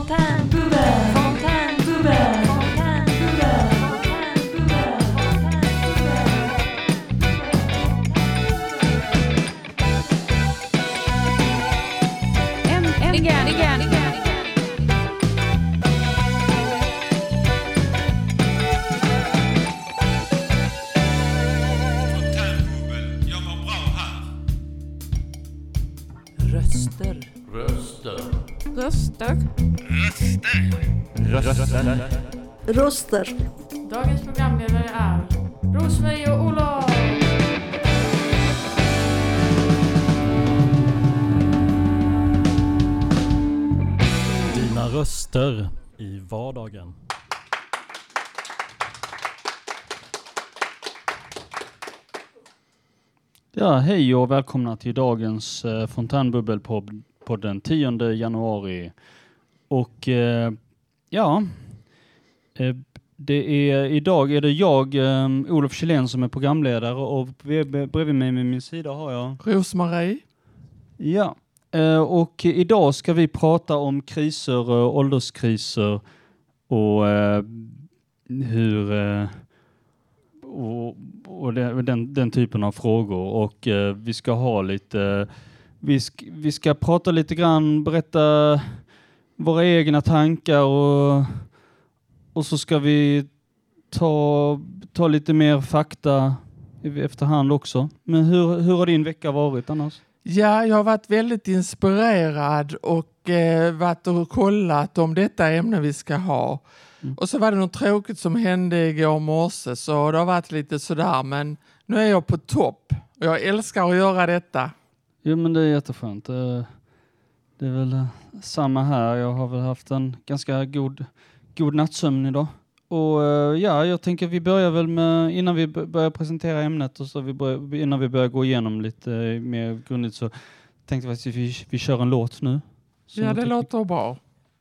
Röster. Dagens programledare är Rosmarie och Olof. Dina röster i vardagen. Ja, hej och välkomna till dagens Fontänbubbel på den 10 januari. Och idag är det jag, Olof Kjellén, som är programledare, och bredvid mig med min sida har jag Rosmarie. Ja, och idag ska vi prata om kriser, ålderskriser och hur och den typen av frågor. Och vi ska ha lite vi ska prata lite grann, berätta våra egna tankar och så ska vi ta lite mer fakta efterhand också. Men hur har din vecka varit annars? Ja, jag har varit väldigt inspirerad och varit och kollat om detta ämne vi ska ha. Och så var det något tråkigt som hände igår morse, så det har varit lite sådär. Men nu är jag på topp och jag älskar att göra detta. Jo, men det är jätteskönt. Det är väl samma här. Jag har väl haft en ganska god nattsömn idag. Och jag tänker vi börjar väl med, innan vi börjar presentera ämnet och så innan vi börjar gå igenom lite mer grundligt, så tänkte jag att vi kör en låt nu. Ja, det låter bra.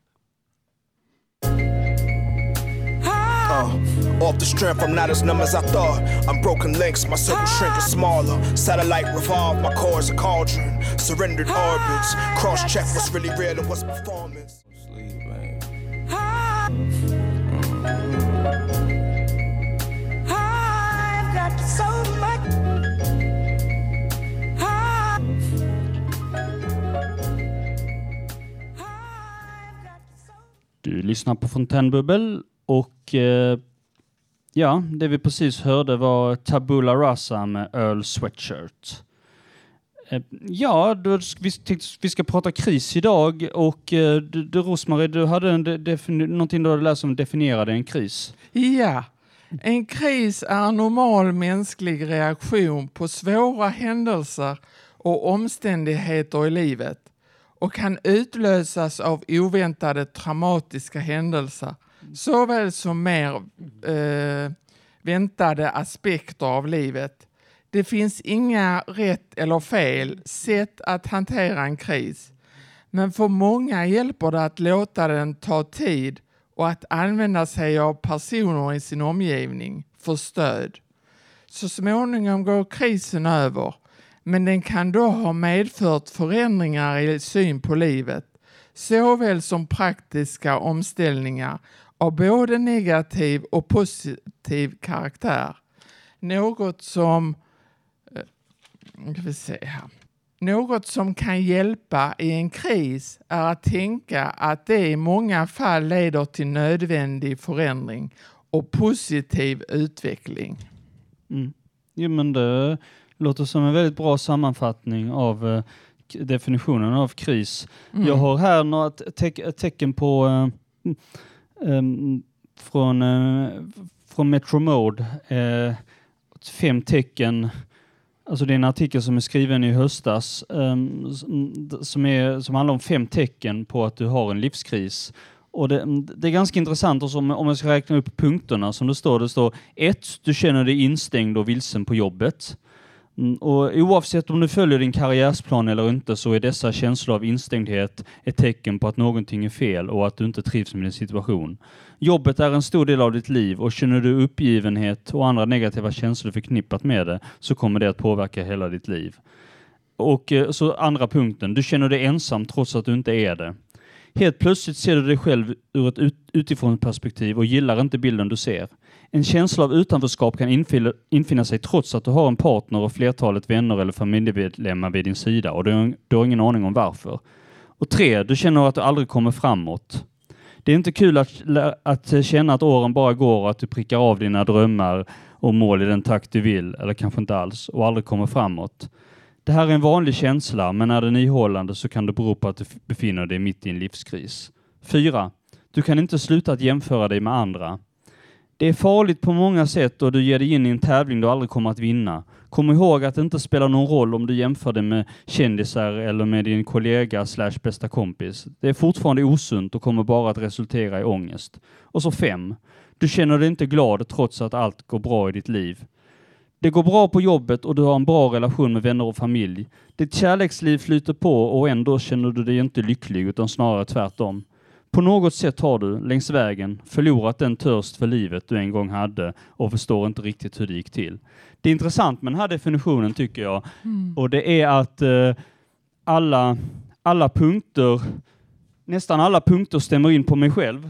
Off the strength, I'm not as numb as I thought. I'm broken links, my circle shrinking smaller. Satellite revolve, my core is a cauldron. Surrendered orbits, cross-check what's really real and what's performance. Sleep, man. I've got so much. Du lyssnar på Fontänbubbel och det vi precis hörde var Tabula Rasa med Earl Sweatshirt. Vi ska prata kris idag, och du Rosmarie, du hade någonting du hade läst som definierade en kris. Ja, en kris är en normal mänsklig reaktion på svåra händelser och omständigheter i livet och kan utlösas av oväntade traumatiska händelser, såväl som mer väntade aspekter av livet. Det finns inga rätt eller fel sätt att hantera en kris, men för många hjälper det att låta den ta tid och att använda sig av personer i sin omgivning för stöd. Så småningom går krisen över, men den kan då ha medfört förändringar i syn på livet, såväl som praktiska omställningar av både negativ och positiv karaktär. Något som kan hjälpa i en kris är att tänka att det i många fall leder till nödvändig förändring och positiv utveckling. Jo, men det låter som en väldigt bra sammanfattning av definitionen av kris. Jag har här några tecken på från Metro Mode. 5 tecken. Alltså det är en artikel som är skriven i höstas som handlar om 5 tecken på att du har en livskris. Och det är ganska intressant också om jag ska räkna upp punkterna som det står. 1. Du känner dig instängd och vilsen på jobbet. Och oavsett om du följer din karriärsplan eller inte, så är dessa känslor av instängdhet ett tecken på att någonting är fel och att du inte trivs med din situation. Jobbet är en stor del av ditt liv, och känner du uppgivenhet och andra negativa känslor förknippat med det, så kommer det att påverka hela ditt liv. Och så andra punkten, du känner dig ensam trots att du inte är det. Helt plötsligt ser du dig själv ur ett utifrån perspektiv och gillar inte bilden du ser. En känsla av utanförskap kan infinna sig trots att du har en partner och flertalet vänner eller familjemedlemmar vid din sida och du har ingen aning om varför. Och 3, du känner att du aldrig kommer framåt. Det är inte kul att känna att åren bara går och att du prickar av dina drömmar och mål i den takt du vill, eller kanske inte alls, och aldrig kommer framåt. Det här är en vanlig känsla, men är den ihållande så kan det bero på att du befinner dig mitt i en livskris. 4. Du kan inte sluta att jämföra dig med andra. Det är farligt på många sätt och du ger dig in i en tävling du aldrig kommer att vinna. Kom ihåg att det inte spelar någon roll om du jämför dig med kändisar eller med din kollega / bästa kompis. Det är fortfarande osunt och kommer bara att resultera i ångest. Och så 5. Du känner dig inte glad trots att allt går bra i ditt liv. Det går bra på jobbet och du har en bra relation med vänner och familj. Ditt kärleksliv flyter på och ändå känner du dig inte lycklig utan snarare tvärtom. På något sätt har du, längs vägen, förlorat den törst för livet du en gång hade och förstår inte riktigt hur det gick till. Det är intressant med den här definitionen tycker jag. Och det är att alla punkter, nästan alla punkter stämmer in på mig själv.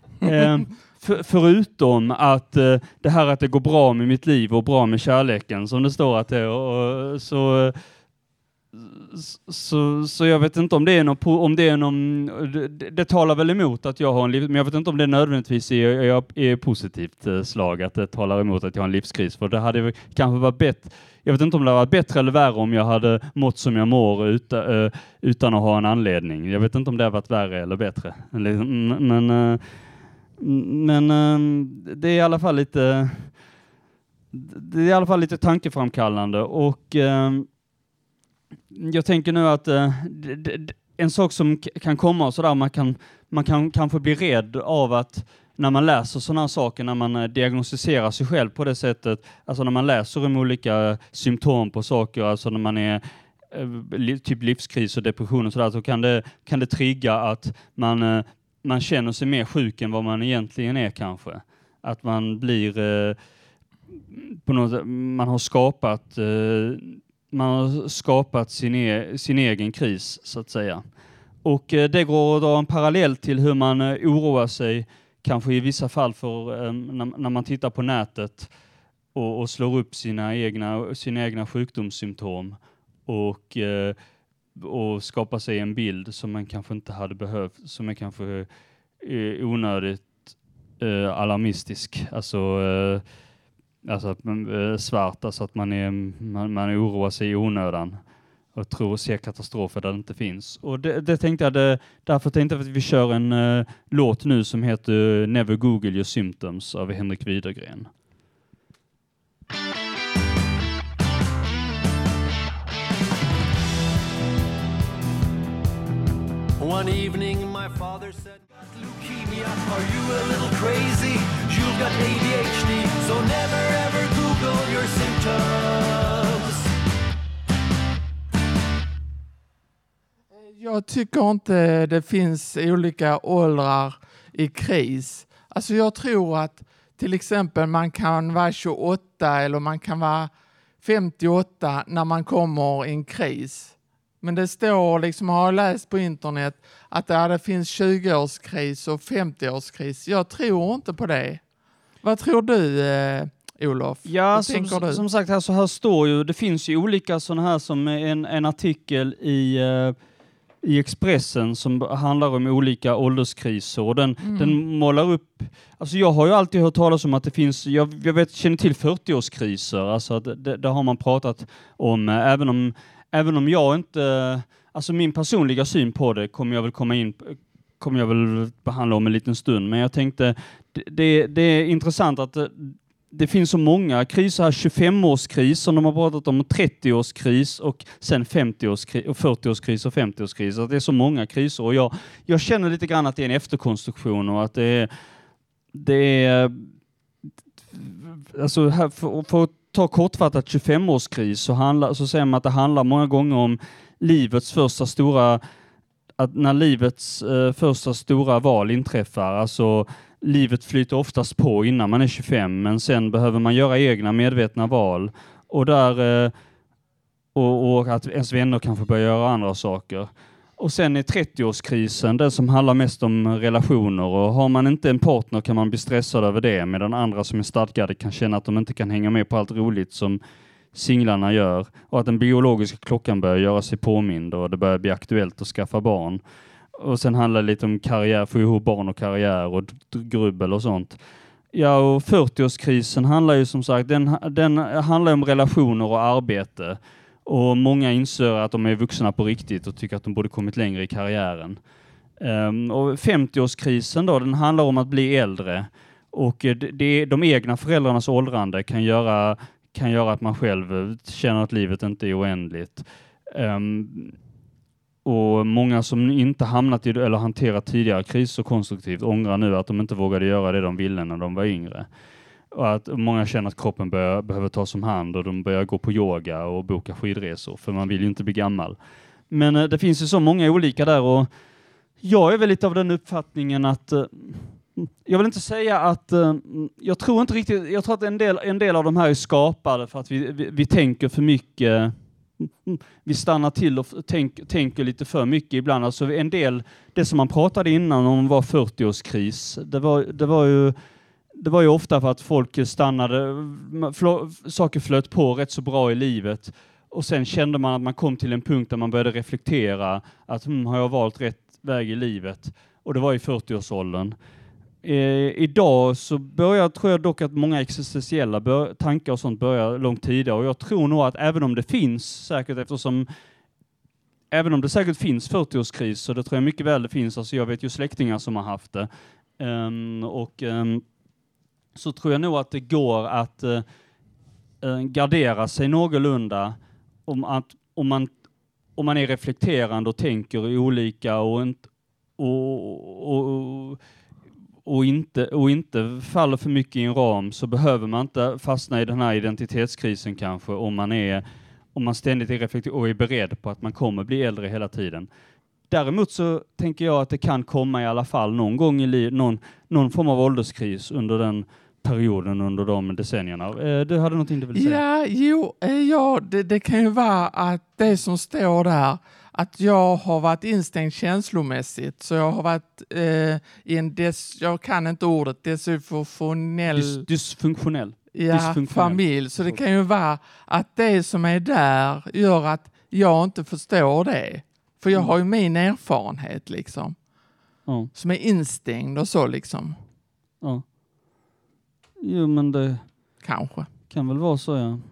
Förutom att det här att det går bra med mitt liv och bra med kärleken som det står att det är. Så jag vet inte om det är någon det talar väl emot att jag har en men jag vet inte om det nödvändigtvis är positivt slag att det talar emot att jag har en livskris, för det hade kanske varit bättre. Jag vet inte om det var bättre eller värre om jag hade mått som jag mår utan att ha en anledning. Jag vet inte om det har varit värre eller bättre. Men det är i alla fall lite tankeframkallande och jag tänker nu att en sak som kan komma och sådär, man kan kanske bli rädd av att när man läser sådana saker, när man diagnostiserar sig själv på det sättet, alltså när man läser om olika symptom på saker, alltså när man är typ livskris och depression och sådär, så kan det trigga att man känner sig mer sjuk än vad man egentligen är kanske. Att man blir på något, man har skapat sin egen kris så att säga. Och det går att dra en parallell till hur man oroar sig kanske i vissa fall för när man tittar på nätet och slår upp sina egna sjukdomssymptom och skapar sig en bild som man kanske inte hade behövt, som är kanske onödigt alarmistisk, alltså svart, alltså att man oroar sig i onödan och ser katastrofer där det inte finns. Och det tänkte jag, därför tänkte jag att vi kör en låt nu som heter Never Google Your Symptoms av Henrik Widergren. One evening my father said, leukemia, are you a little crazy? You've got ADHD, so never ever Google your symptoms. Jag tycker inte det finns olika åldrar i kris. Alltså jag tror att till exempel man kan vara 28 eller man kan vara 58 när man kommer i en kris. Men det står liksom, har jag läst på internet, att det finns 20-årskris och 50-årskris. Jag tror inte på det. Vad tror du, Olof? Ja, som sagt, här står ju, det finns ju olika sådana här, som en artikel i Expressen som handlar om olika ålderskriser, och den målar upp, alltså jag har ju alltid hört talas om att det finns, jag känner till 40-årskriser, alltså det har man pratat om, även om jag inte, alltså min personliga syn på det kommer jag väl behandla om en liten stund, men jag tänkte det är intressant att det finns så många kriser här, 25-årskris som de har pratat om, 30-årskris och sen 50-årskris och 40-årskris och 50-årskris. Att det är så många kriser, och jag känner lite grann att det är en efterkonstruktion, och att det är alltså här, för att ta kortfattat 25-årskris så säger man att det handlar många gånger om livets första stora, att när livets första stora val inträffar, alltså livet flyter oftast på innan man är 25, men sen behöver man göra egna medvetna val, och att ens vänner kanske börjar göra andra saker. Och sen är 30-årskrisen det som handlar mest om relationer. Och har man inte en partner kan man bli stressad över det. Medan andra som är stadgade kan känna att de inte kan hänga med på allt roligt som singlarna gör. Och att den biologiska klockan börjar göra sig påmind och det börjar bli aktuellt att skaffa barn. Och sen handlar det lite om karriär, få ihop barn och karriär och grubbel och sånt. Ja, och 40-årskrisen handlar ju som sagt, den handlar om relationer och arbete. Och många inser att de är vuxna på riktigt och tycker att de borde kommit längre i karriären. Och 50-årskrisen då, den handlar om att bli äldre. Och de egna föräldrarnas åldrande kan göra att man själv känner att livet inte är oändligt. Och många som inte hamnat i eller hanterat tidigare kriser konstruktivt ångrar nu att de inte vågade göra det de ville när de var yngre. Och att många känner att kroppen behöver tas om hand och de börjar gå på yoga och boka skidresor för man vill ju inte bli gammal. Men det finns ju så många olika där och jag är väl lite av den uppfattningen att jag vill inte säga att jag tror att en del av de här är skapade för att vi tänker för mycket. Vi stannar till och tänker lite för mycket ibland. Alltså en del, det som man pratade innan om var 40-årskris, det var ju ofta för att folk stannade, saker flöt på rätt så bra i livet och sen kände man att man kom till en punkt där man började reflektera att har jag valt rätt väg i livet? Och det var i 40-årsåldern. Idag så tror jag dock att många existentiella tankar och sånt börjar långt tidigare och jag tror nog att även om det säkert finns 40-årskris så det tror jag mycket väl det finns, alltså jag vet ju släktingar som har haft det så tror jag nog att det går att gardera sig någorlunda om man är reflekterande och tänker i olika och inte faller för mycket i en ram så behöver man inte fastna i den här identitetskrisen kanske om man ständigt är reflekterad och är beredd på att man kommer bli äldre hela tiden. Däremot så tänker jag att det kan komma i alla fall någon gång i livet, någon form av ålderskris under den perioden, under de decennierna. Du hade någonting du ville säga? Det kan ju vara att det som står där att jag har varit instängd känslomässigt så jag har varit jag kan inte ordet dysfunktionell familj. Så det kan ju vara att det som är där gör att jag inte förstår det. För jag har ju min erfarenhet liksom. Som är instängd och så liksom. Ja. Jo men det kanske kan väl vara så ja.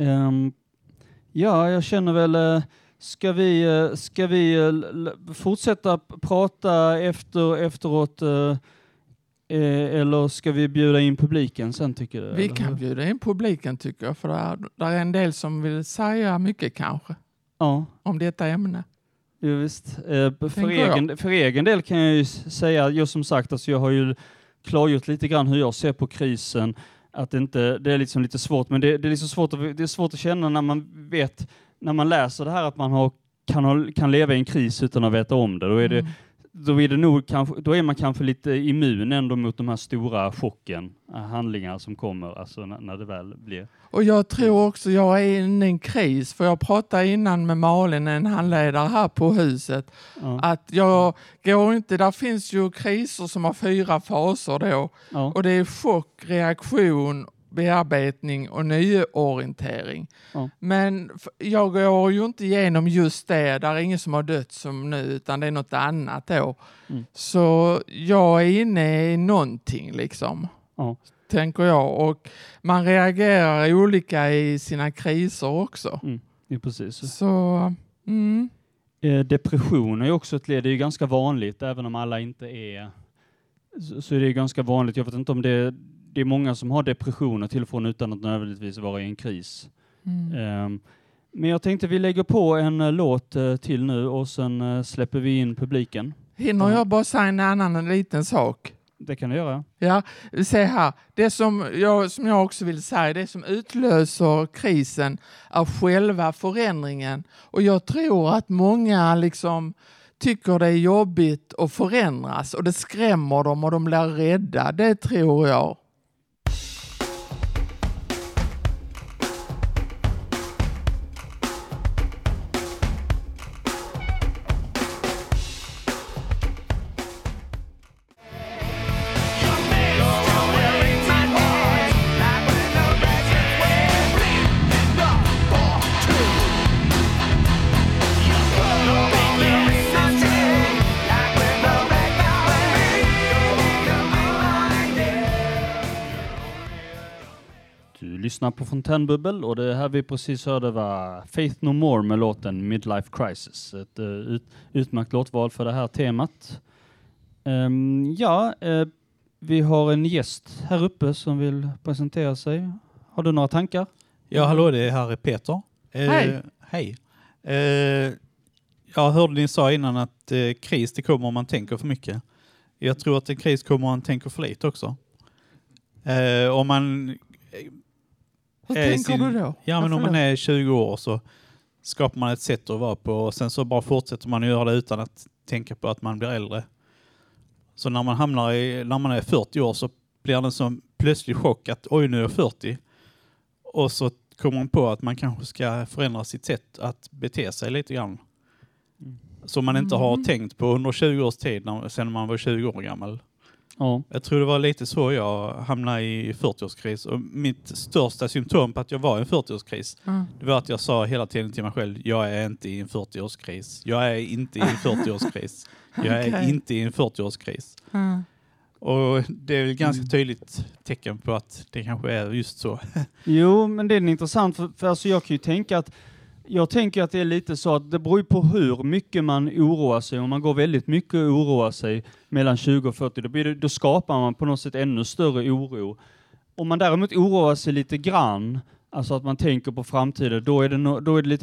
Ja, jag känner väl Ska vi fortsätta prata efteråt eller ska vi bjuda in publiken sen tycker du? Vi kan bjuda in publiken tycker jag för där är en del som vill säga mycket kanske om detta ämne. Jo, visst. För egen del kan jag ju säga, just som sagt, alltså jag har ju klargjort lite grann hur jag ser på krisen. Att det är liksom lite svårt, men det är liksom svårt att känna när man läser det här att man kan leva i en kris utan att veta om det. Då är man kanske lite immun ändå mot de här stora handlingar som kommer alltså när det väl blir. Och jag tror också jag är inne i en kris, för jag pratade innan med Malin, en handledare här på huset, att jag går inte, där finns ju kriser som har 4 faser då och det är chock, reaktion, bearbetning och nyorientering. Men jag går ju inte igenom just det. Där är ingen som har dött som nu, utan det är något annat då. Så jag är inne i någonting liksom. Tänker jag. Och man reagerar olika i sina kriser också. Ja, precis. Så depression är ju också det är ju ganska vanligt, även om alla inte är så är det ganska vanligt. Jag vet inte om det är många som har depressioner till och från utan att nödvändigtvis vara i en kris. Men jag tänkte vi lägger på en låt till nu och sen släpper vi in publiken. Hinner jag bara säga en liten sak? Det kan du göra. Ja, se här. Det som jag också vill säga, det som utlöser krisen är själva förändringen. Och jag tror att många liksom tycker det är jobbigt att förändras och det skrämmer dem och de blir rädda. Det tror jag. lyssnar på Fontänbubbel och det här vi precis hörde var Faith No More med låten Midlife Crisis. Ett utmärkt låtval för det här temat. Vi har en gäst här uppe som vill presentera sig. Har du några tankar? Ja, hallå, det här är Peter. Hej. Hej. Jag hörde ni sa innan att kris det kommer om man tänker för mycket. Jag tror att en kris kommer om man tänker för lite också. Om man... Hur tänker du då? Ja, men om man är 20 år så skapar man ett sätt att vara på och sen så bara fortsätter man att göra det utan att tänka på att man blir äldre. Så när man är 40 år så blir det som plötslig chock att oj, nu är jag 40. Och så kommer man på att man kanske ska förändra sitt sätt att bete sig lite grann. Som man inte har tänkt på under 20 års tid sedan man var 20 år gammal. Ja. Jag tror det var lite så jag hamnade i 40-årskris. Och mitt största symptom på att jag var i en 40-årskris det var att jag sa hela tiden till mig själv, jag är inte i en 40-årskris. Jag är inte i en 40-årskris. Jag är inte i en 40-årskris. Och det är väl ganska tydligt tecken på att det kanske är just så. Jo, men det är intressant för alltså jag kan ju tänka att jag tänker att det är lite så att det beror på hur mycket man oroar sig. Om man går väldigt mycket och oroar sig mellan 20 och 40, då skapar man på något sätt ännu större oro. Om man däremot oroar sig lite grann, alltså att man tänker på framtiden, då är det lite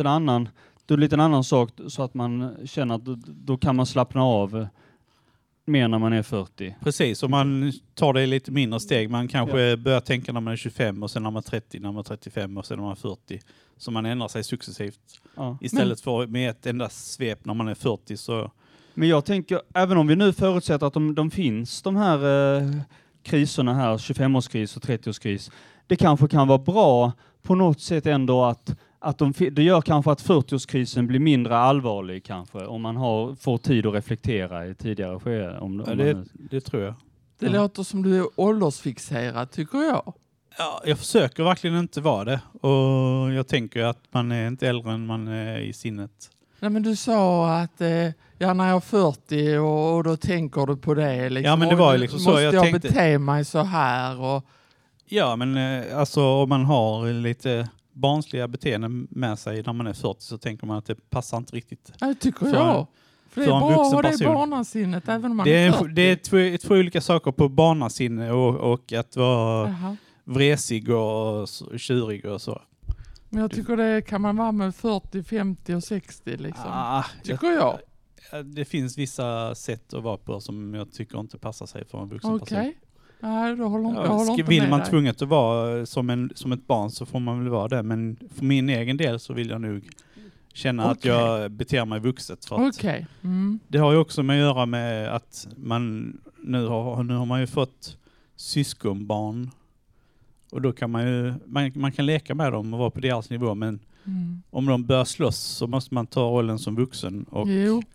en annan sak så att man känner att då kan man slappna av mer när man är 40. Precis, och man tar det i lite mindre steg. Man kanske börjar tänka när man är 25 och sen när man är 30, när man är 35 och sen när man är 40. Så man ändrar sig successivt. Ja. Istället för med ett enda svep när man är 40 så... Men jag tänker, även om vi nu förutsätter att de finns, de här kriserna här, 25-årskris och 30-årskris. Det kanske kan vara bra på något sätt ändå att det gör kanske att 40-årskrisen blir mindre allvarlig kanske. Om man får tid att reflektera i tidigare skede. Det tror jag. Det låter som du är åldersfixerad, tycker jag. Ja, jag försöker verkligen inte vara det. Och jag tänker att man är inte äldre än man är i sinnet. Nej, men du sa att när jag är 40 och då tänker du på det. Liksom, ja, men det var ju liksom så. Måste jag bete mig så här? Och... Ja, men alltså om man har lite barnsliga beteenden med sig när man är 40 så tänker man att det passar inte riktigt. Ja, det tycker jag. För det är bra att ha det barnasinnet även om man är 40. Det är två olika saker på barnasinne och att vara vresig och tjurig och så. Men jag tycker det kan man vara med 40, 50 och 60 liksom. Tycker jag. Det finns vissa sätt att vara på som jag tycker inte passar sig för en vuxen person. Okej. Nej, då håller inte vill med man dig. tvunget att vara som ett barn så får man väl vara det. Men för min egen del så vill jag nog känna att jag beter mig vuxet. För att det har ju också med att göra med att nu har man ju fått syskonbarn. Och då kan man kan leka med dem och vara på deras nivå. Men om de börjar slåss så måste man ta rollen som vuxen och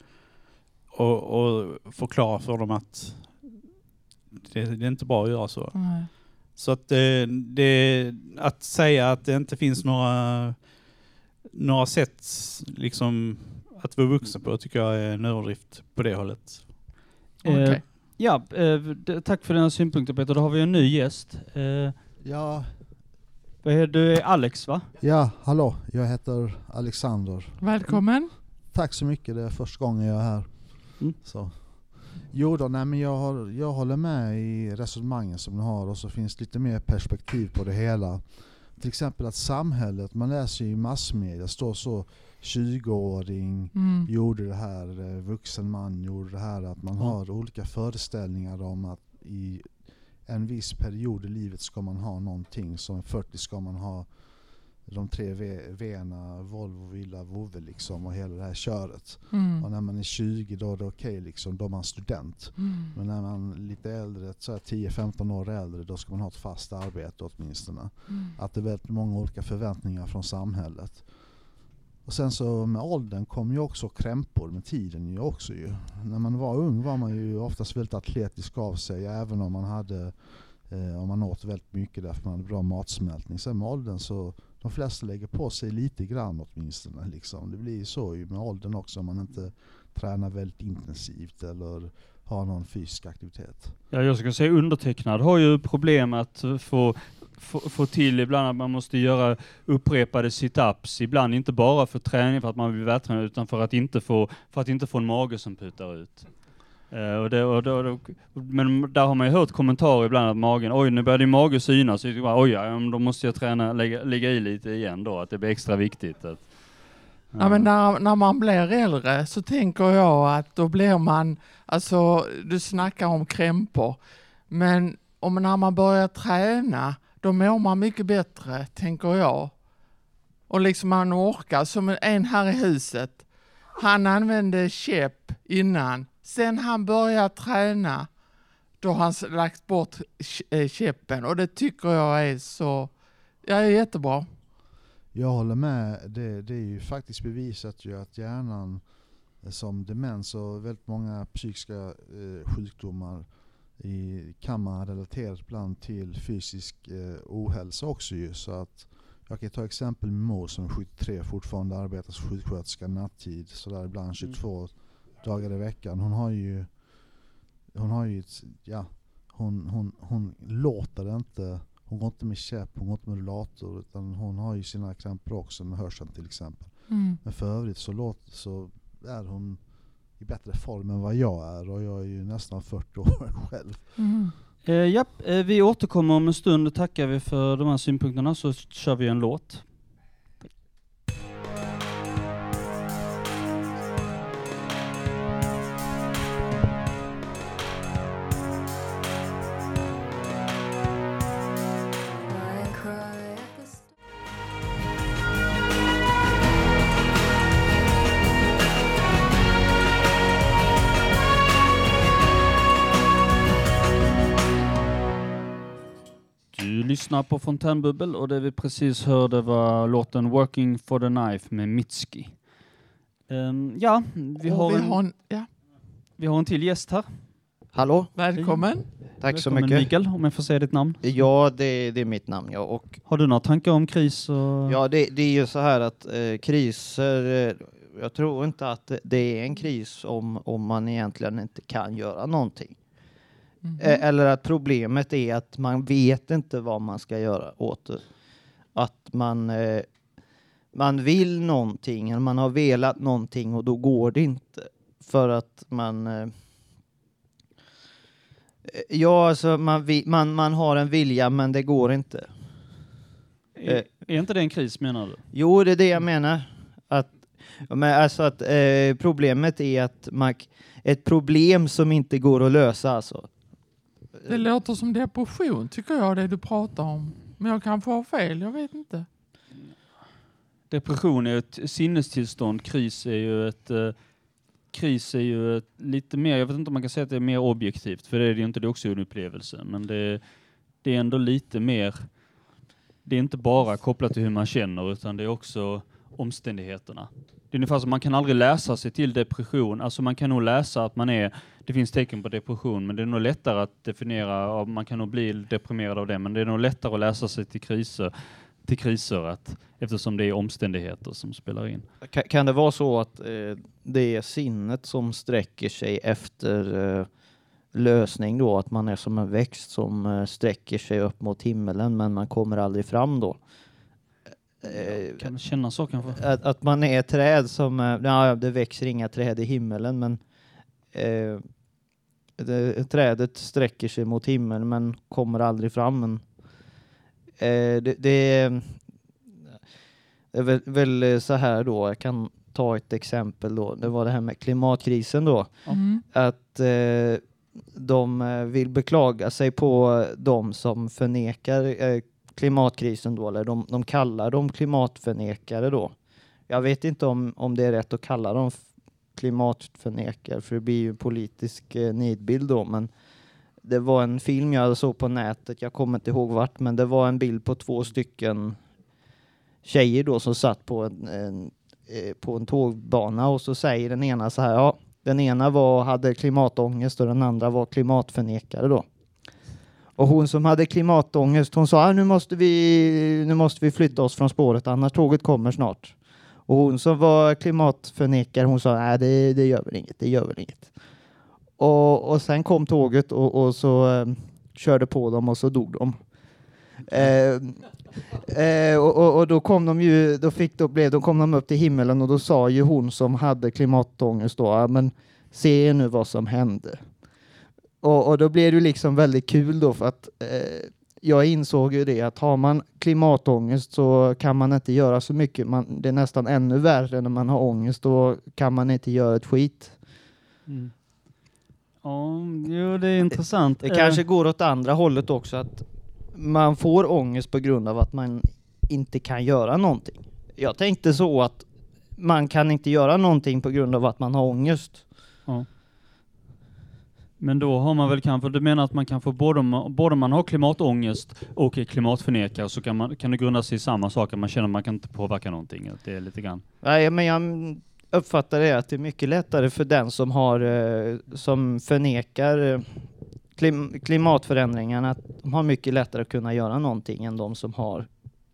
förklara för dem att det är inte bra att göra så. Nej. Så att att säga att det inte finns några sätt liksom att vara vuxen på tycker jag är en överdrift på det hållet. Tack för den synpunkten, Peter. Då har vi en ny gäst. Ja. Du är Alex, va? Ja, hallå. Jag heter Alexander. Välkommen. Tack så mycket. Det är första gången jag är här. Så. Jo då, men jag håller med i resonemangen som ni har och så finns lite mer perspektiv på det hela. Till exempel att samhället, man läser i massmedia, står så 20-åring gjorde det här, vuxen man gjorde det här, att man har olika föreställningar om att i en viss period i livet ska man ha någonting, som 40 ska man ha de 3 V:na, Volvo, Villa, Vove liksom och hela det här köret. Och när man är 20 då är det okej liksom, då är man student. Men när man är lite äldre, så 10-15 år äldre, då ska man ha ett fast arbete åtminstone. Att det är väldigt många olika förväntningar från samhället. Och sen så med åldern kom ju också krämpor med tiden ju också ju. När man var ung var man ju oftast väldigt atletisk av sig, även om man hade om man åt väldigt mycket därför man hade bra matsmältning. Sen med åldern så de flesta lägger på sig lite grann åtminstone liksom. Det blir ju så ju med åldern också om man inte tränar väldigt intensivt eller har någon fysisk aktivitet. Ja, jag ska säga undertecknad har ju problem att få få till ibland att man måste göra upprepade sit-ups. Ibland inte bara för träning för att man vill vältränad utan för att inte få en mage som putar ut. Men där har man ju hört kommentarer ibland att magen, oj nu börjar din mage synas. Så oj, då måste jag träna, lägga i lite igen då. Att det blir extra viktigt. Ja, men när man blir äldre så tänker jag att då blir man, alltså du snackar om krämpor, men när man börjar träna då mår man mycket bättre, tänker jag. Och liksom man orkar, som en här i huset, han använde käpp innan, sen han började träna då har han lagt bort käppen och det tycker jag är så, är jättebra. Jag håller med. Det är ju faktiskt bevisat ju att hjärnan som demens och väldigt många psykiska sjukdomar kan man relatera ibland till fysisk ohälsa också ju. Så att jag kan ta exempel med mor som är 73 fortfarande arbetar som sjuksköterska nattid så där ibland 22 dagar i veckan. Hon låter det inte. Hon går inte med käpp, hon går inte med rullator utan hon har ju sina krämpor också med hörseln till exempel. Men för övrigt så är hon i bättre form än vad jag är och jag är ju nästan 40 år själv. Vi återkommer om en stund. Tackar vi för de här synpunkterna så kör vi en låt. Lyssnar på Fontänbubbel och det vi precis hörde var låten Working for the Knife med Mitski. Vi har en till gäst här. Hallå? Välkommen. Tack så Välkommen, mycket. Mikael, om jag får säga ditt namn. Ja, det är mitt namn. Ja. Och har du några tankar om kris? Ja, det är ju så här att kriser, jag tror inte att det är en kris om man egentligen inte kan göra någonting. Eller att problemet är att man vet inte vad man ska göra åt det. Att man vill någonting, eller man har velat någonting och då går det inte. För att man man har en vilja men det går inte. Är inte det en kris menar du? Jo, det är det jag menar. Problemet är att ett problem som inte går att lösa alltså. Det låter som depression tycker jag det du pratar om. Men jag kan få ha fel, jag vet inte. Depression är ett sinnestillstånd. Kris är ju ett lite mer, jag vet inte om man kan säga att det är mer objektivt. För det är det ju inte, det är också en upplevelse. Men det är ändå lite mer, det är inte bara kopplat till hur man känner utan det är också omständigheterna. Det är ungefär som man kan aldrig läsa sig till depression. Alltså man kan nog läsa att det finns tecken på depression, men det är nog lättare att definiera, man kan nog bli deprimerad av det, men det är nog lättare att läsa sig till kriser eftersom det är omständigheter som spelar in. Kan det vara så att det är sinnet som sträcker sig efter lösning då, att man är som en växt som sträcker sig upp mot himmelen men man kommer aldrig fram då? Kan man känna så kanske? Att man är ett träd som, det växer inga träd i himmelen men trädet sträcker sig mot himlen men kommer aldrig fram. Men, det är väl så här då, jag kan ta ett exempel då. Det var det här med klimatkrisen då. Att de vill beklaga sig på de som förnekar klimatkrisen då, eller de kallar dem klimatförnekare då. Jag vet inte om det är rätt att kalla dem klimatförnekare för det blir ju politisk nidbild då, men det var en film jag såg på nätet, jag kommer inte ihåg vart, men det var en bild på 2 stycken tjejer då som satt på en tågbana och så säger den ena så här, den ena hade klimatångest och den andra var klimatförnekare då. Och hon som hade klimatångest, hon sa nu måste vi flytta oss från spåret annars tåget kommer snart. Och hon som var klimatförnekare, hon sa nej det gör väl inget. Och sen kom tåget och så körde på dem och så dog de. Och då kom kom de upp till himmelen och då sa ju hon som hade klimatångest då, men se nu vad som hände. Och då blev det liksom väldigt kul då, för att jag insåg ju det att har man klimatångest så kan man inte göra så mycket. Det är nästan ännu värre när man har ångest, då kan man inte göra ett skit. Mm. Jo, det är intressant. Det kanske går åt andra hållet också, att man får ångest på grund av att man inte kan göra någonting. Jag tänkte så att man kan inte göra någonting på grund av att man har ångest. Ja. Men då har man väl kanske, du menar att man kan få både man har klimatångest och är klimatförnekare, så kan det grunda sig i samma sak, att man känner att man kan inte påverka någonting. Att det är lite grann. Nej, men jag uppfattar det att det är mycket lättare för den som förnekar klimatförändringarna, att de har mycket lättare att kunna göra någonting än de som har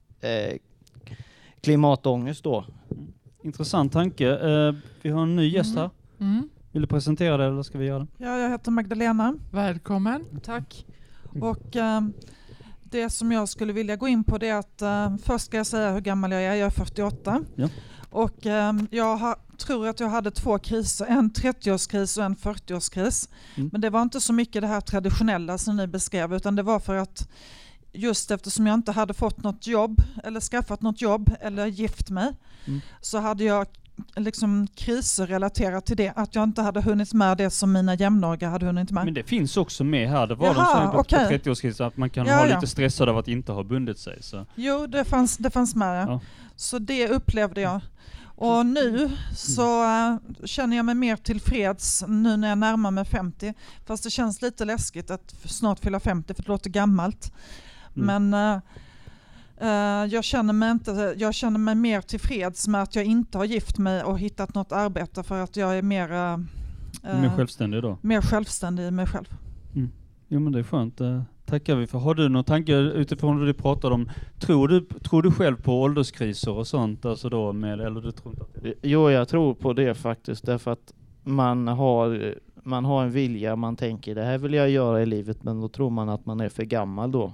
klimatångest då. Intressant tanke. Vi har en ny gäst här. Vill du presentera det eller ska vi göra det? Ja, jag heter Magdalena. Välkommen. Tack. Och det som jag skulle vilja gå in på, det är att först ska jag säga hur gammal jag är. Jag är 48. Ja. Och jag tror att jag hade 2 kriser. En 30-årskris och en 40-årskris. Men det var inte så mycket det här traditionella som ni beskrev, utan det var för att just eftersom jag inte hade fått något jobb eller skaffat något jobb eller gift mig, så hade jag liksom kriser relaterat till det, att jag inte hade hunnit med det som mina jämnåriga hade hunnit med. Men det finns också med här. Det var på 30-årskrisen att man kan ha lite stressad av att inte ha bundit sig. Så. Jo, det fanns med. Ja. Så det upplevde jag. Och nu så känner jag mig mer tillfreds nu när jag närmar mig 50. Fast det känns lite läskigt att snart fylla 50, för det låter gammalt. Men jag känner mig mer tillfreds med att jag inte har gift mig och hittat något arbete, för att jag är mer självständig då? Mer självständig i mig själv. Jo, men det är skönt. Tackar vi för. Har du någon tanke utifrån det du pratade om? Tror du själv på ålderskriser och sånt? Alltså då eller du tror inte att det? Jo, jag tror på det faktiskt. Därför att man har en vilja. Man tänker, det här vill jag göra i livet. Men då tror man att man är för gammal då.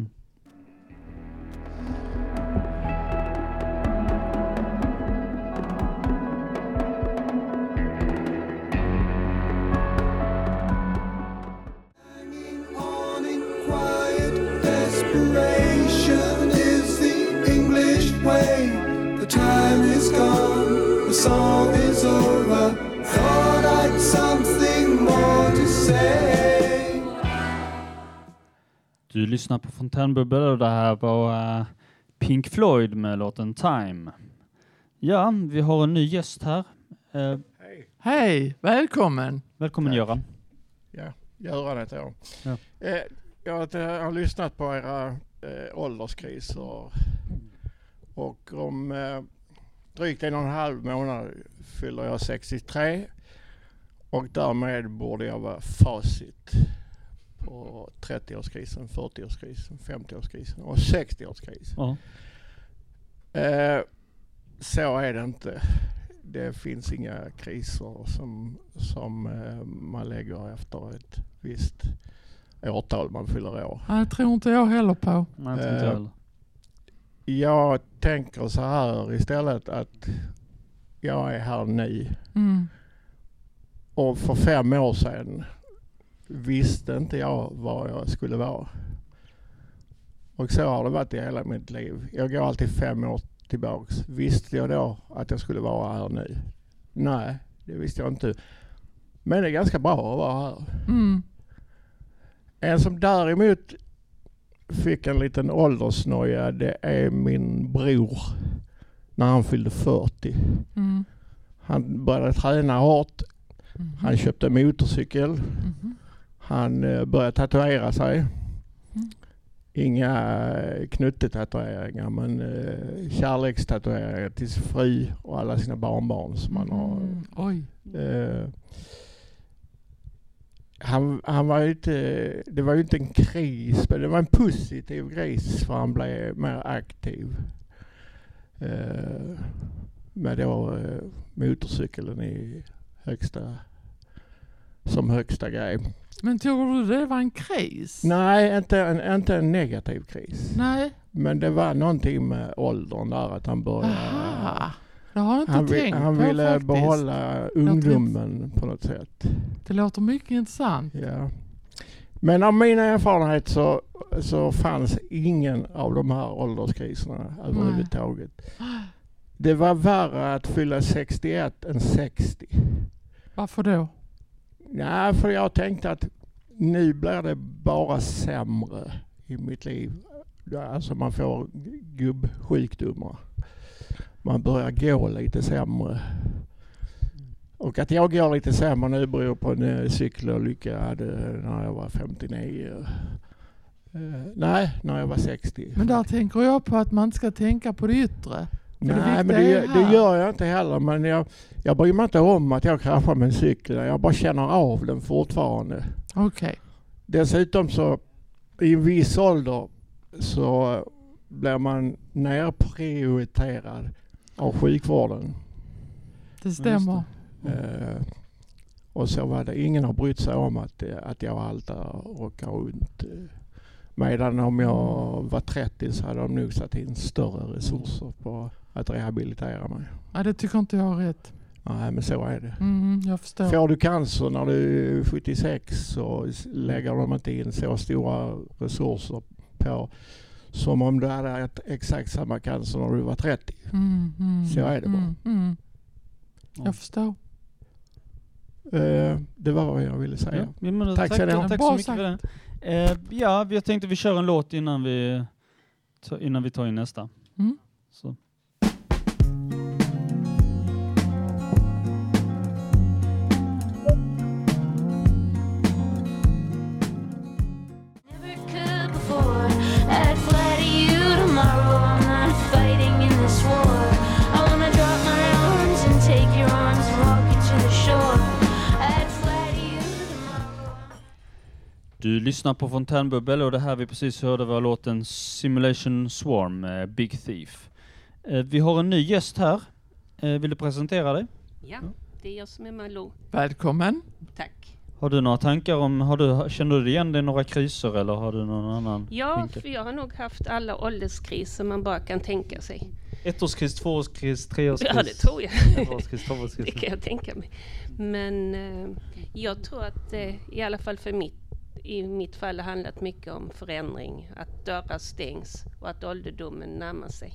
Is the English way. The time is gone, the song is over. Thought I'd something more to say. Du lyssnar på Fontänbubbel och det här var Pink Floyd med låten Time. Ja, vi har en ny gäst här. Hej, välkommen. Välkommen Göran. Ja, Göran heter jag. Ja. Jag har lyssnat på era ålderskriser och om drygt 1,5 månad fyller jag 63 och därmed borde jag vara facit på 30-årskrisen, 40-årskrisen, 50-årskrisen och 60-årskrisen. Så är det inte. Det finns inga kriser som man lägger efter ett visst årtal man fyller år. Det tror inte jag heller på. Nej, inte heller. Jag tänker så här istället, att jag är här nu. Och för 5 år sedan visste inte jag vad jag skulle vara. Och så har det varit i hela mitt liv. Jag går alltid 5 år tillbaks. Visste jag då att jag skulle vara här nu? Nej, det visste jag inte. Men det är ganska bra att vara här. En som däremot fick en liten åldersnoja, det är min bror när han fyllde 40. Han började träna hårt. Han köpte motorcykel. Han började tatuera sig. Inga knuttetatueringar, men kärlekstatueringar till sin fru och alla sina barnbarn som han har. Han var inte, det var ju inte en kris, men det var en positiv kris, för han blev mer aktiv med då motorcykeln i högsta som högsta grej. Men tror du det var en kris? Nej, inte en negativ kris. Nej. Men det var någonting med åldern där att han började... Aha. Jag har inte tänkt han på ville faktiskt. behålla ungdomen på något sätt. Det låter mycket intressant. Ja. Men av mina erfarenheter så fanns ingen av de här ålderskriserna överhuvudtaget. Det var värre att fylla 61 än 60. Varför då? Nej, för jag tänkte att nu blir det bara sämre i mitt liv. Alltså man får gubbsjukdomar. Man börjar gå lite sämre. Och att jag går lite sämre nu beror på en cykelolycka jag hade när jag var 59. Nej, när jag var 60. Men där tänker jag på att man inte ska tänka på det yttre. Nej, men det gör jag inte heller. Men jag bryr mig inte om att jag kraschar med en cykel. Jag bara känner av den fortfarande. Okej. Dessutom så i en viss ålder så blir man nerprioriterad av sjukvården. Det stämmer. Och så var det. Ingen har brytt sig om att jag haltar och har ont. Medan om jag var 30 så hade de nog satt in större resurser på att rehabilitera mig. Ja, det tycker inte jag är rätt. Nej, men så är det. Jag förstår. Får du cancer när du är 76 så lägger de inte in så stora resurser på som om du hade exakt samma cancer när du var 30. Så är det bara. Jag förstår. Det var vad jag ville säga. Ja, tack så mycket för det. Jag tänkte vi kör en låt innan vi tar in nästa. Så. Du lyssnar på Fontänbubbel och det här vi precis hörde var låten Simulation Swarm, Big Thief. Vi har en ny gäst här. Vill du presentera dig? Ja, det är jag som är Malou. Välkommen. Tack. Har du några tankar om, känner du igen dig några kriser eller har du någon annan? Ja, för jag har nog haft alla ålderskriser man bara kan tänka sig. 1-årskris, 2-årskris, 3-årskris? Ja, det tror jag. 1-årskris, 2-årskris. Det kan jag tänka mig. Men jag tror att i alla fall i mitt fall har handlat mycket om förändring. Att dörrar stängs och att ålderdomen närmar sig.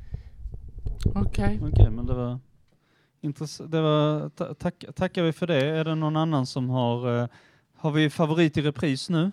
Okej, men det var intressant. Tackar vi för det. Är det någon annan som har vi favorit i repris nu?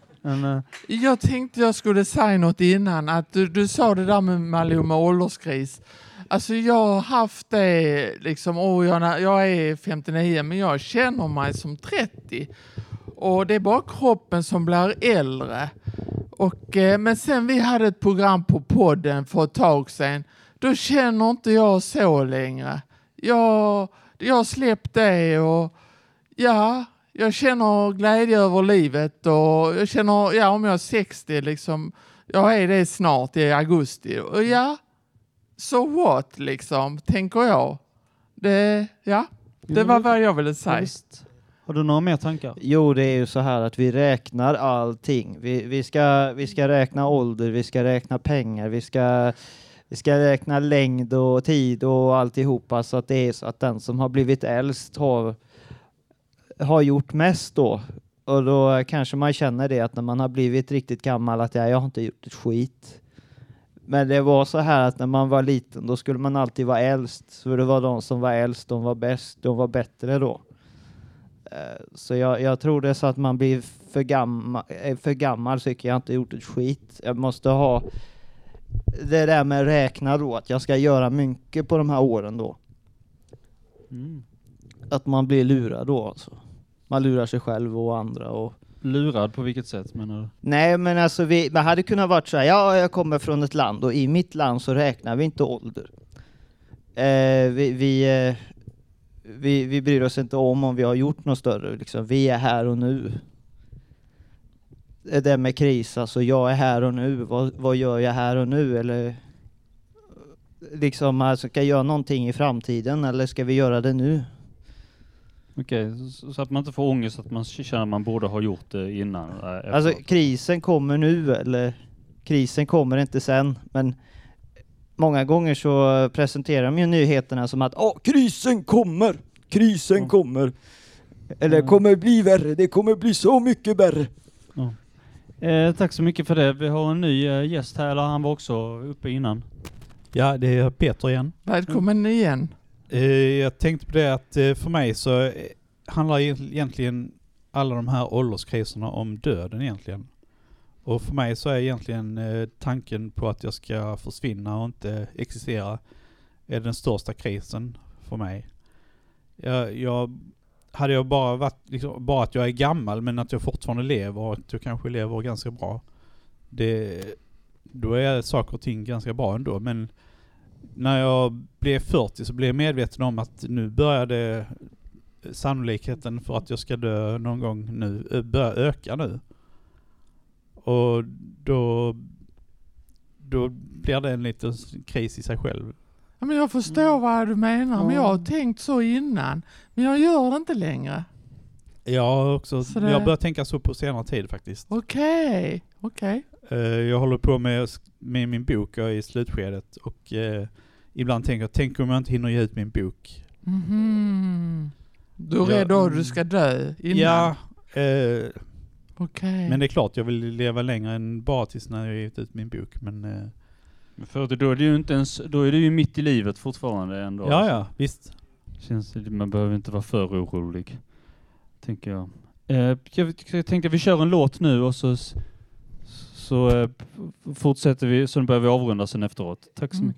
Jag tänkte jag skulle säga något innan. Att du sa det där med Malou med ålderskris. Alltså jag har haft det liksom, jag är 59 men jag känner mig som 30. Och det är bara kroppen som blir äldre. Men sen vi hade ett program på podden för ett tag sedan. Då känner inte jag så längre. Jag har släppt det och jag känner glädje över livet. Och jag känner, om jag är 60 liksom, jag är det snart i augusti. Och so what liksom, tänker jag. Det var vad jag ville säga. Visst. Har du några mer tankar? Jo, det är ju så här att vi räknar allting. Vi ska räkna ålder, vi ska räkna pengar, vi ska räkna längd och tid och alltihopa, så att det är så att den som har blivit äldst har gjort mest då. Och då kanske man känner det att när man har blivit riktigt gammal att jag har inte gjort ett skit. Men det var så här att när man var liten då skulle man alltid vara äldst. Så det var de som var äldst, de var bäst, de var bättre då. Så jag tror det är så att man blir för gammal så jag har inte gjort ett skit. Jag måste ha det där med räkna då, att jag ska göra mycket på de här åren då. Att man blir lurad då alltså. Man lurar sig själv och andra. Och lurad på vilket sätt menar du? Nej, men alltså man hade kunnat varit så här, jag kommer från ett land och i mitt land så räknar vi inte ålder. Vi bryr oss inte om vi har gjort något större. Liksom. Vi är här och nu. Det där med kris, alltså jag är här och nu. Vad gör jag här och nu? Eller liksom, alltså, ska jag göra någonting i framtiden eller ska vi göra det nu? Okej, så att man inte får ångest att man känner att man borde ha gjort det innan. Alltså krisen kommer nu, eller krisen kommer inte sen, men många gånger så presenterar de ju nyheterna som att krisen kommer, eller kommer bli värre, det kommer bli så mycket värre. Tack så mycket för det. Vi har en ny gäst här, eller han var också uppe innan. Ja, det är Peter igen. Välkommen igen. Jag tänkte på det att för mig så handlar egentligen alla de här ålderskriserna om döden egentligen. Och för mig så är egentligen tanken på att jag ska försvinna och inte existera är den största krisen för mig. Hade jag bara varit liksom, bara att jag är gammal men att jag fortfarande lever och att jag kanske lever ganska bra. Då är saker och ting ganska bra ändå. Men när jag blev 40 så blev jag medveten om att nu började sannolikheten för att jag ska dö någon gång nu börja öka nu. Och då blir det en liten kris i sig själv. Ja, men jag förstår vad du menar, men jag har tänkt så innan. Men jag gör det inte längre. Jag har börjat tänka så på senare tid faktiskt. Okej. Jag håller på med min bok, jag är i slutskedet och ibland tänker om jag inte hinner ge ut min bok. Mm-hmm. Du är rädd då du ska dö innan? Ja, okej. Men det är klart jag vill leva längre än bara tills när jag gett ut min bok. Men för då är det ju inte ens, då är det ju mitt i livet fortfarande ändå. Ja, visst. Man behöver inte vara för orolig, tänker jag. Jag tänkte att vi kör en låt nu och så fortsätter vi, så börjar vi avrunda sen efteråt. Tack så mycket.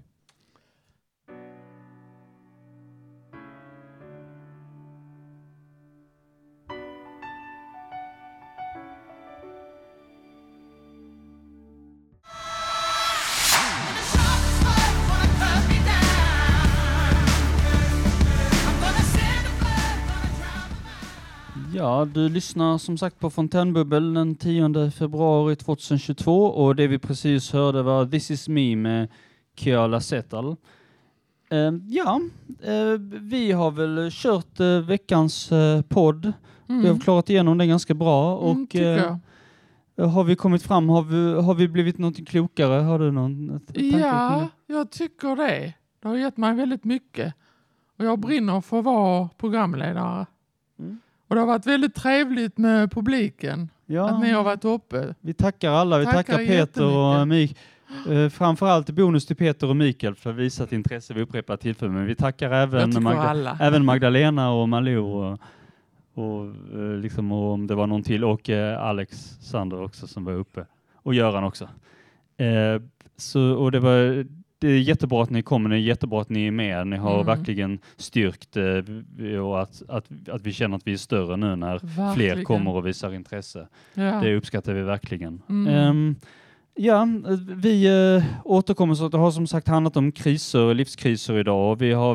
Ja, du lyssnar som sagt på Fontänbubbel den 10 februari 2022 och det vi precis hörde var This Is Me med Keala Settle. Vi har väl kört veckans podd. Vi har klarat igenom den ganska bra och har vi kommit fram, har vi blivit något klokare? Har du någon tanke? Ja, jag tycker det. Det har gett mig väldigt mycket och jag brinner för att vara programledare. Och det har varit väldigt trevligt med publiken. Ja. Att ni har varit uppe. Vi tackar alla. Vi tackar Peter och Mikael. Framförallt bonus till Peter och Mikael för att visa ett intresse vid upprepade tillfällen. Men vi tackar även Magdalena och Malou och om det var någon till. Och Alex Sander också som var uppe. Och Göran också. Det är jättebra att ni kommer, det är jättebra att ni är med. Ni har verkligen styrkt och att vi känner att vi är större nu när fler kommer och visar intresse. Ja. Det uppskattar vi verkligen. Vi återkommer så att det har som sagt handlat om kriser, livskriser idag. Och vi har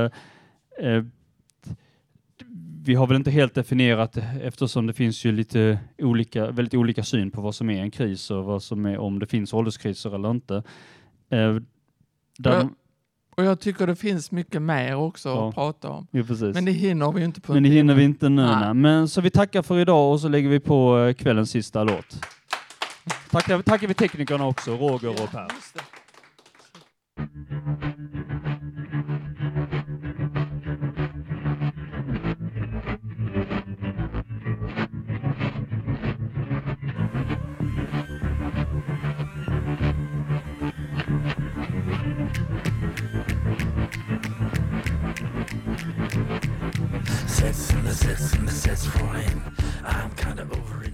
väl inte helt definierat eftersom det finns ju väldigt olika syn på vad som är en kris och vad som är, om det finns ålderskriser eller inte. Och jag tycker det finns mycket mer också att prata om. Ja, men det hinner vi inte på. Men det hinner vi inte nu. Men så vi tackar för idag och så lägger vi på kvällens sista låt. Tackar vi teknikerna också, Roger och Per. Sets and the sets and the sets for him. I'm kinda over it.